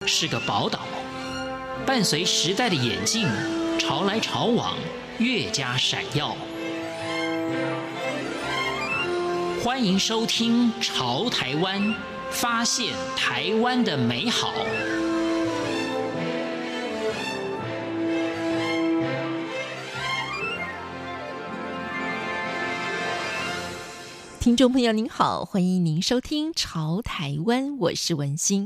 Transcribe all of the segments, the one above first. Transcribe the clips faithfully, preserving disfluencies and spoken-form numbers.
是个宝岛，伴随时代的演进，潮来潮往，越加闪耀。欢迎收听《潮台湾》，发现台湾的美好。 听众朋友您好，欢迎您收听《潮台湾》，我是文心。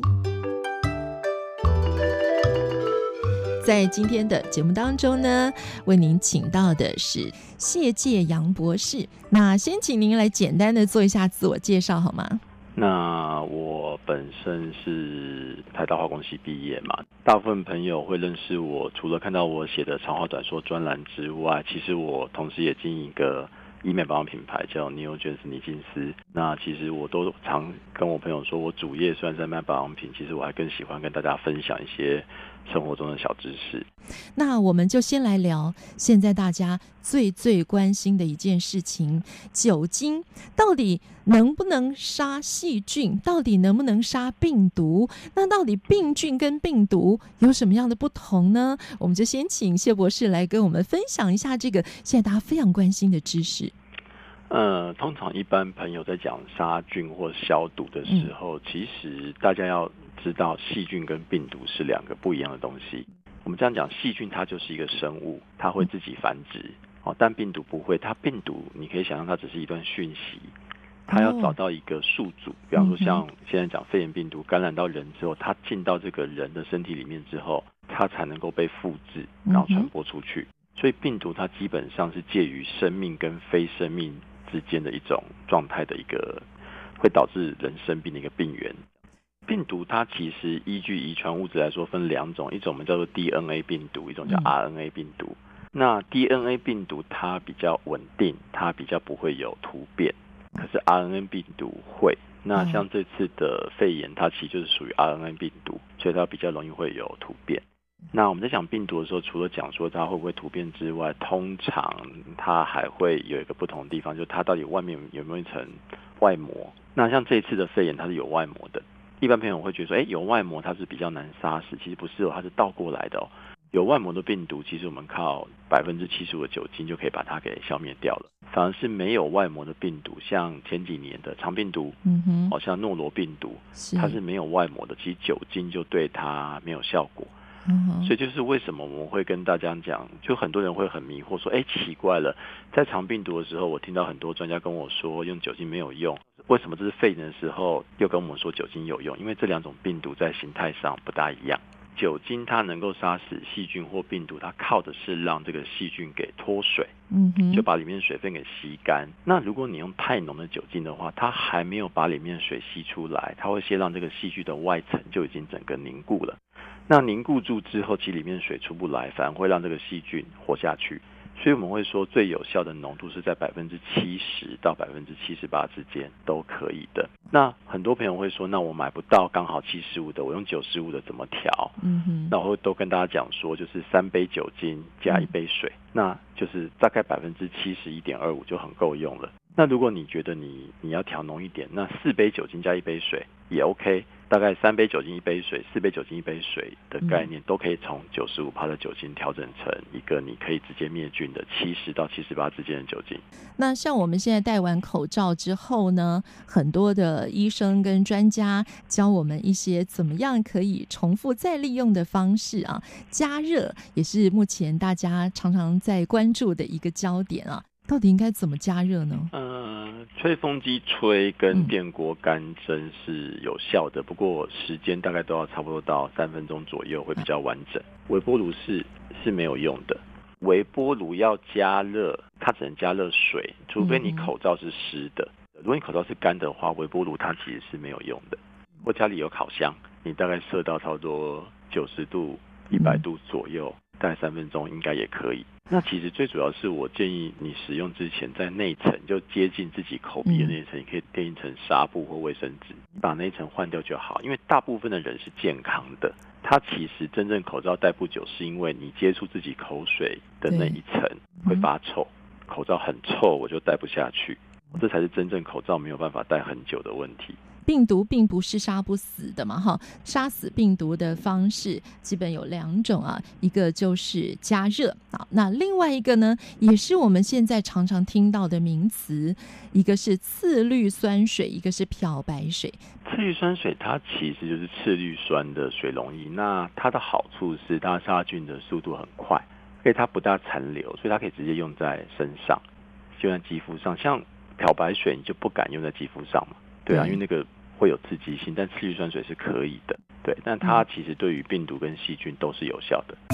在今天的节目当中呢，为您请到的是谢介杨博士。那先请您来简单的做一下自我介绍好吗？ 那我本身是台大化工系毕业嘛，大部分朋友会认识我，除了看到我写的长话短说专栏之外，其实我同时也经营一个医美保养品牌叫 Neogenes 尼金斯。那其实我都常跟我朋友说，我主业虽然在卖保养品，其实我还更喜欢跟大家分享一些生活中的小知识。 那我们就先来聊现在大家最最关心的一件事情，酒精到底能不能杀细菌，到底能不能杀病毒，那到底病菌跟病毒有什么样的不同呢？我们就先请谢博士来跟我们分享一下这个现在大家非常关心的知识。 呃，通常一般朋友在讲杀菌或消毒的时候，嗯、其实大家要知道细菌跟病毒是两个不一样的东西。我们这样讲，细菌它就是一个生物，它会自己繁殖，哦，但病毒不会。它病毒你可以想象它只是一段讯息，它要找到一个宿主，比方说像现在讲肺炎病毒感染到人之后，它进到这个人的身体里面之后，它才能够被复制，然后传播出去。所以病毒它基本上是介于生命跟非生命之间的一种状态的一个会导致人生病的一个病原。病毒它其实依据遗传物质来说分两种，一种我们叫做 D N A 病毒，一种叫 R N A 病毒。那 D N A 病毒它比较稳定，它比较不会有突变，可是 R N A 病毒会。那像这次的肺炎它其实就是属于 R N A 病毒，所以它比较容易会有突变。那我们在讲病毒的时候，除了讲说它会不会突变之外，通常它还会有一个不同的地方，就是它到底外面有没有一层外膜。那像这一次的肺炎它是有外膜的，一般朋友会觉得说，哎，有外膜它是比较难杀死，其实不是哦，它是倒过来的哦。有外膜的病毒，其实我们靠百分之七十五的酒精就可以把它给消灭掉了。反而是没有外膜的病毒，像前几年的肠病毒，嗯哼，好像诺罗病毒，它是没有外膜的，其实酒精就对它没有效果。所以就是为什么我们会跟大家讲，就很多人会很迷惑说，哎，奇怪了，在肠病毒的时候，我听到很多专家跟我说用酒精没有用，为什么这是肺炎的时候又跟我们说酒精有用？因为这两种病毒在形态上不大一样。酒精它能够杀死细菌或病毒，它靠的是让这个细菌给脱水，嗯哼，就把里面水分给吸干。那如果你用太浓的酒精的话，它还没有把里面水吸出来，它会先让这个细菌的外层就已经整个凝固了。那凝固住之后，其实里面水出不来，反而会让这个细菌活下去。所以我们会说最有效的浓度是在百分之七十到百分之七十八之间都可以的。那很多朋友会说，那我买不到刚好七十五的，我用九十五的怎么调？嗯哼，那我会都跟大家讲说，就是三杯酒精加一杯水，嗯、那就是大概百分之七十一点二五就很够用了。那如果你觉得你你要调浓一点，那四杯酒精加一杯水也 OK。大概三杯酒精一杯水，四杯酒精一杯水的概念，都可以从九十五趴的酒精调整成一个你可以直接灭菌的七十到七十八之间的酒精。 那像我们现在戴完口罩之后呢，很多的医生跟专家教我们一些怎么样可以重复再利用的方式啊，加热也是目前大家常常在关注的一个焦点啊。到底应该怎么加热呢？ 呃，吹风机吹跟电锅干蒸是有效的，嗯、不过时间大概都要差不多到三分钟左右会比较完整。微波炉是是没有用的，微波炉要加热，它只能加热水，除非你口罩是湿的。嗯、如果你口罩是干的话，微波炉它其实是没有用的。或家里有烤箱，你大概设到差不多九十度、一百度左右。嗯大概三分钟应该也可以。那其实最主要是我建议你使用之前，在内层就接近自己口鼻的那一层，你可以垫一层纱布或卫生纸，把那一层换掉就好。因为大部分的人是健康的，他其实真正口罩戴不久，是因为你接触自己口水的那一层会发臭，口罩很臭我就戴不下去，这才是真正口罩没有办法戴很久的问题。 病毒并不是杀不死的嘛，哈，杀死病毒的方式基本有两种啊，一个就是加热啊，那另外一个呢，也是我们现在常常听到的名词，一个是次氯酸水，一个是漂白水。 次氯酸水它其实就是次氯酸的水溶液，那它的好处是它杀菌的速度很快，所以它不大残留，所以它可以直接用在身上，就在肌肤上。像漂白水你就不敢用在肌肤上嘛，对啊，因为那个会有刺激性，但次氯酸水是可以的，对，但它其实对于病毒跟细菌都是有效的。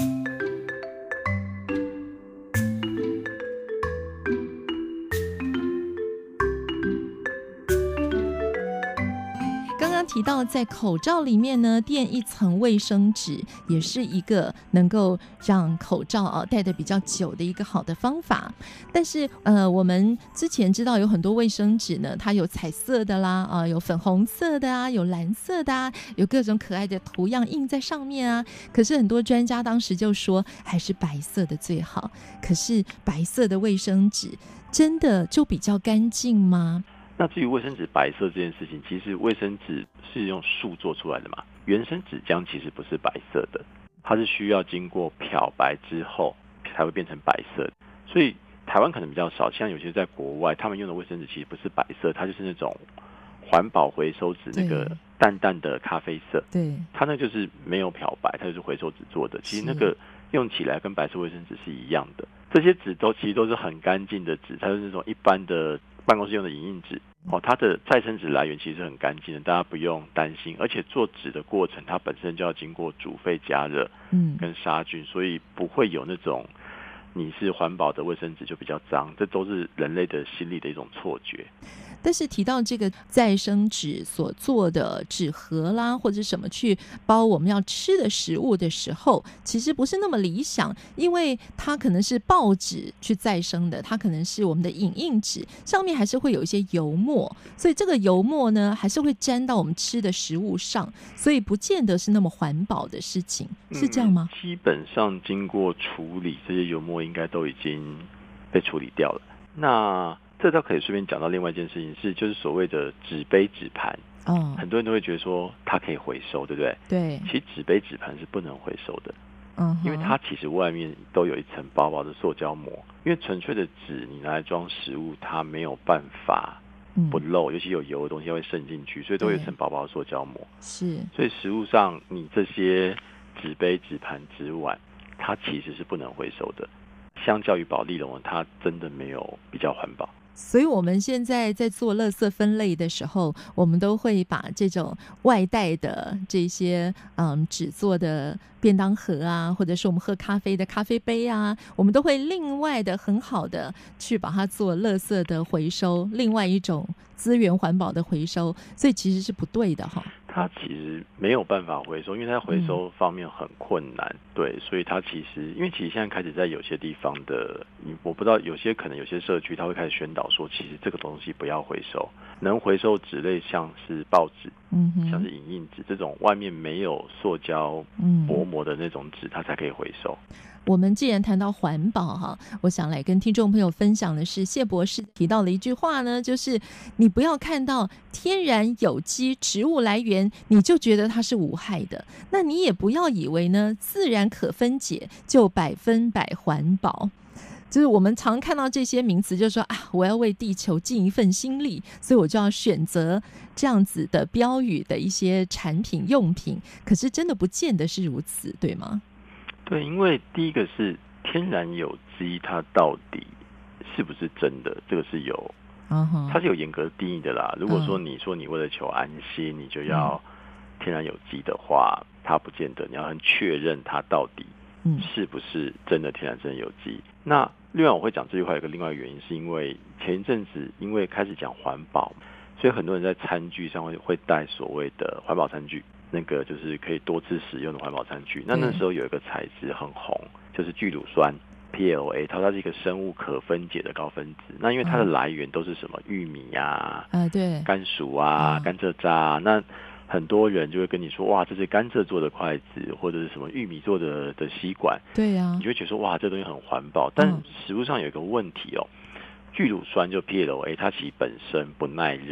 提到在口罩里面呢，垫一层卫生纸也是一个能够让口罩啊戴得比较久的一个好的方法。但是呃，我们之前知道有很多卫生纸呢，它有彩色的啦，啊、呃，有粉红色的啊，有蓝色的啊，有各种可爱的图样印在上面啊。可是很多专家当时就说，还是白色的最好。可是白色的卫生纸真的就比较干净吗？ 那至于卫生纸白色这件事情，其实卫生纸是用树做出来的嘛，原生纸浆其实不是白色的，它是需要经过漂白之后才会变成白色的。所以台湾可能比较少，像有些在国外，他们用的卫生纸其实不是白色，它就是那种环保回收纸，那个淡淡的咖啡色。 对， 它那就是没有漂白，它就是回收纸做的。其实那个用起来跟白色卫生纸是一样的。这些纸都其实都是很干净的纸，它是那种一般的办公室用的影印纸。哦，它的再生纸来源其实很干净的，大家不用担心。而且做纸的过程，它本身就要经过煮沸、加热，嗯，跟杀菌，所以不会有那种你是环保的卫生纸就比较脏，这都是人类的心理的一种错觉。 但是提到这个再生纸所做的纸盒啦，或者什么去包我们要吃的食物的时候，其实不是那么理想，因为它可能是报纸去再生的，它可能是我们的影印纸，上面还是会有一些油墨，所以这个油墨呢，还是会沾到我们吃的食物上，所以不见得是那么环保的事情，是这样吗？ 嗯、基本上经过处理，这些油墨应该都已经被处理掉了。那这倒可以顺便讲到另外一件事情是，就是所谓的纸杯纸盘，哦，很多人都会觉得说它可以回收，对不对？ 对。 其实纸杯纸盘是不能回收的， 嗯， 因为它其实外面都有一层薄薄的塑胶膜，因为纯粹的纸你拿来装食物，它没有办法不漏，嗯、尤其有油的东西会渗进去，所以都有一层薄薄的塑胶膜。 是。所以食物上你这些纸杯纸盘纸碗，它其实是不能回收的。相较于保丽龙，它真的没有比较环保。 所以我们现在在做垃圾分类的时候，我们都会把这种外带的这些嗯纸做的便当盒啊，或者是我们喝咖啡的咖啡杯啊，我们都会另外的很好的去把它做垃圾的回收，另外一种资源环保的回收，所以其实是不对的哈。 它其实没有办法回收，因为它回收方面很困难，嗯、对，所以它其实，因为其实现在开始在有些地方的，我不知道有些可能有些社区，它会开始宣导说，其实这个东西不要回收，能回收纸类像是报纸，嗯，像是影印纸这种外面没有塑胶薄膜的那种纸，它才可以回收。 我们既然谈到环保哈，我想来跟听众朋友分享的是，谢博士提到了一句话呢，就是你不要看到天然有机植物来源，你就觉得它是无害的，那你也不要以为呢自然可分解就百分百环保。就是我们常看到这些名词，就说啊，我要为地球尽一份心力，所以我就要选择这样子的标语的一些产品用品，可是真的不见得是如此，对吗？ 对，因为第一个是天然有机，它到底是不是真的？这个是有， uh-huh. 它是有严格定义的啦。如果说你说你为了求安心，你就要天然有机的话，它不见得，你要很确认它到底是不是真的天然真的有机。那另外我会讲这句话有个另外一个原因，是因为前一阵子因为开始讲环保，所以很多人在餐具上会会带所谓的环保餐具。那个就是可以多次使用的环保餐具。那那时候有一个材质很红，就是聚乳酸 P L A， 它它是一个生物可分解的高分子。那因为它的来源都是什么玉米啊、 啊对、 甘薯啊、甘蔗渣啊，那很多人就会跟你说，哇，这是甘蔗做的筷子，或者是什么玉米做的的吸管。 对呀、啊， 你就会觉得说，哇，这东西很环保。但实物上有一个问题哦，聚乳酸就 P L A， 它其实本身不耐热。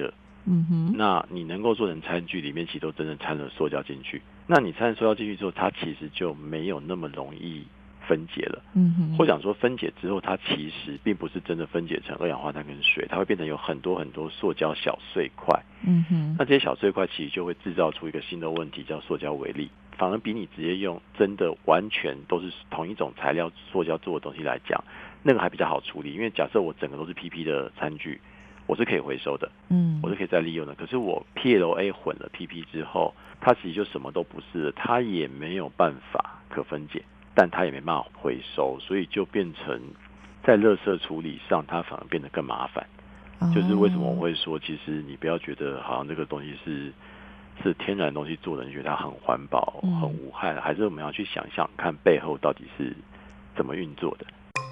嗯哼， 那你能够做成餐具，里面其实都真正掺了塑胶进去。那你掺了塑胶进去之后，它其实就没有那么容易分解了。 嗯哼， 或讲说分解之后，它其实并不是真的分解成二氧化碳跟水，它会变成有很多很多塑胶小碎块。 嗯哼， 那这些小碎块其实就会制造出一个新的问题，叫塑胶微粒。反而比你直接用真的完全都是同一种材料塑胶做的东西来讲，那个还比较好处理。因为假设我整个都是 P P 的餐具，我是可以回收的， 嗯， 我是可以再利用的。可是我 P L A 混了 P P 之后，它其实就什么都不是了，它也没有办法可分解，但它也没办法回收，所以就变成在垃圾处理上，它反而变得更麻烦。 哦、 就是为什么我会说，其实你不要觉得好像这个东西是是天然的东西做的，你觉得它很环保、 嗯、 很无害，还是我们要去想想看背后到底是怎么运作的。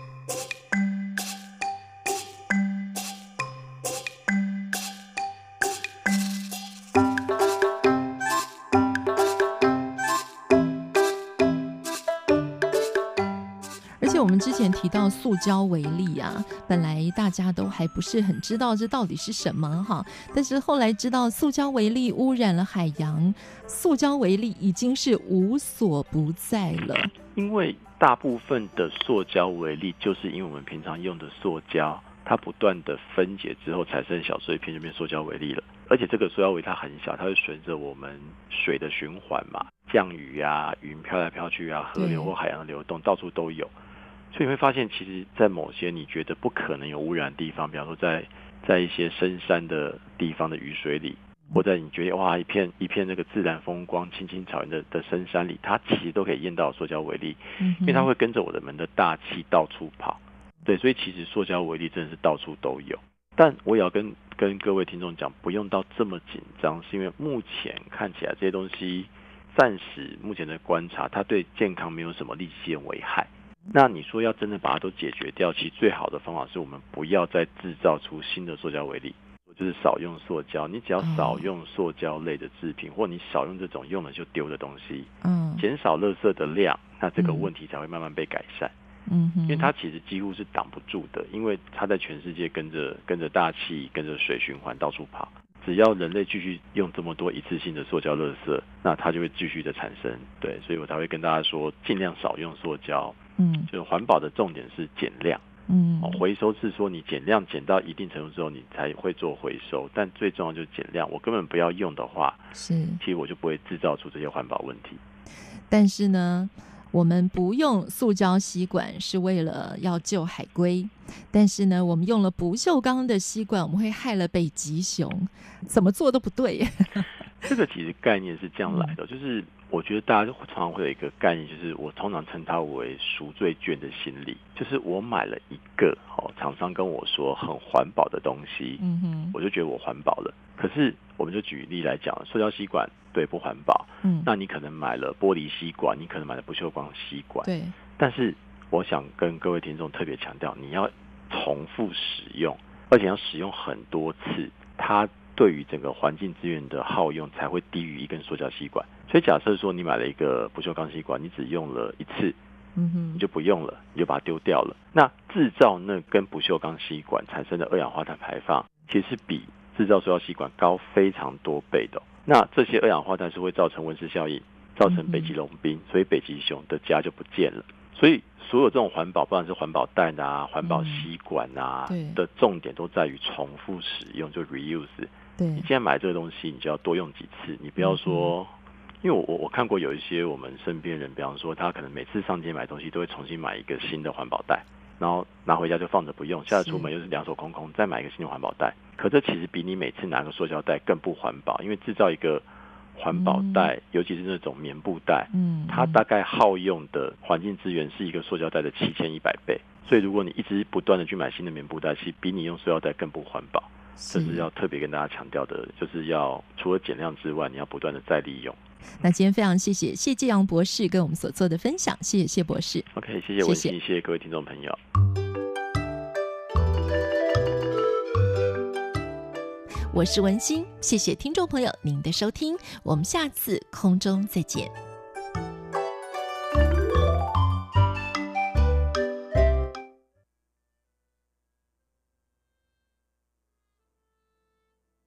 我们之前提到塑胶微粒啊，本来大家都还不是很知道这到底是什么哈，但是后来知道塑胶微粒污染了海洋，塑胶微粒已经是无所不在了。 因为大部分的塑胶微粒就是因为我们平常用的塑胶，它不断的分解之后产生小碎片，就变塑胶微粒了。而且这个塑胶微粒它很小，它会随着我们水的循环嘛，降雨啊，云飘来飘去啊，河流或海洋的流动，到处都有。所以你会发现，其实在某些你觉得不可能有污染的地方，比方说在在一些深山的地方的雨水里，或在你觉得哇一片一片那个自然风光、青青草原的的深山里，它其实都可以验到塑胶微粒，因为它会跟着我们的大气到处跑。对，所以其实塑胶微粒真的是到处都有。但我也要跟跟各位听众讲，不用到这么紧张，是因为目前看起来这些东西，暂时目前的观察，它对健康没有什么立即性危害。那你说要真的把它都解决掉，其实最好的方法是我们不要再制造出新的塑胶微粒，就是少用塑胶。你只要少用塑胶类的制品，或你少用这种用了就丢的东西，嗯，减少垃圾的量，那这个问题才会慢慢被改善。嗯，因为它其实几乎是挡不住的，因为它在全世界跟着跟着大气、跟着水循环到处跑。只要人类继续用这么多一次性的塑胶垃圾，那它就会继续的产生。对，所以我才会跟大家说，尽量少用塑胶。嗯，就是环保的重点是减量。嗯，回收是说你减量减到一定程度之后，你才会做回收。但最重要就是减量，我根本不要用的话，是，其实我就不会制造出这些环保问题。 但是呢，我们不用塑胶吸管是为了要救海龟，但是呢，我们用了不锈钢的吸管，我们会害了北极熊，怎么做都不对。 这个其实概念是这样来的，嗯、就是我觉得大家常常会有一个概念，就是我通常称它为赎罪券的心理，就是我买了一个哦，厂商跟我说很环保的东西，嗯哼，我就觉得我环保了。可是我们就举例来讲，塑胶吸管对不环保，嗯，那你可能买了玻璃吸管，你可能买了不锈钢吸管，对。但是我想跟各位听众特别强调，你要重复使用，而且要使用很多次，它对于整个环境资源的耗用才会低于一根塑胶吸管。所以假设说你买了一个不锈钢吸管，你只用了一次，嗯哼，你就不用了，你就把它丢掉了。那制造那根不锈钢吸管产生的二氧化碳排放，其实是比制造塑胶吸管高非常多倍的。那这些二氧化碳是会造成温室效应，造成北极融冰，所以北极熊的家就不见了。所以所有这种环保，不管是环保袋啊、环保吸管啊、嗯、的重点都在于重复使用，就 reuse。对，你既然买这个东西，你就要多用几次，你不要说。嗯，因为我我看过有一些我们身边人，比方说他可能每次上街买东西都会重新买一个新的环保袋，然后拿回家就放着不用，下次出门又是两手空空，再买一个新的环保袋。可这其实比你每次拿个塑胶袋更不环保，因为制造一个环保袋，嗯、尤其是那种棉布袋，嗯，它大概耗用的环境资源是一个塑胶袋的七千一百倍。所以如果你一直不断的去买新的棉布袋，其实比你用塑料袋更不环保。这是要特别跟大家强调的，就是要除了减量之外，你要不断的再利用。 那今天非常谢谢谢介阳博士跟我们所做的分享，谢谢谢博士。 OK， 谢谢文心，谢谢各位听众朋友。 我是文心，谢谢听众朋友您的收听，我们下次空中再见。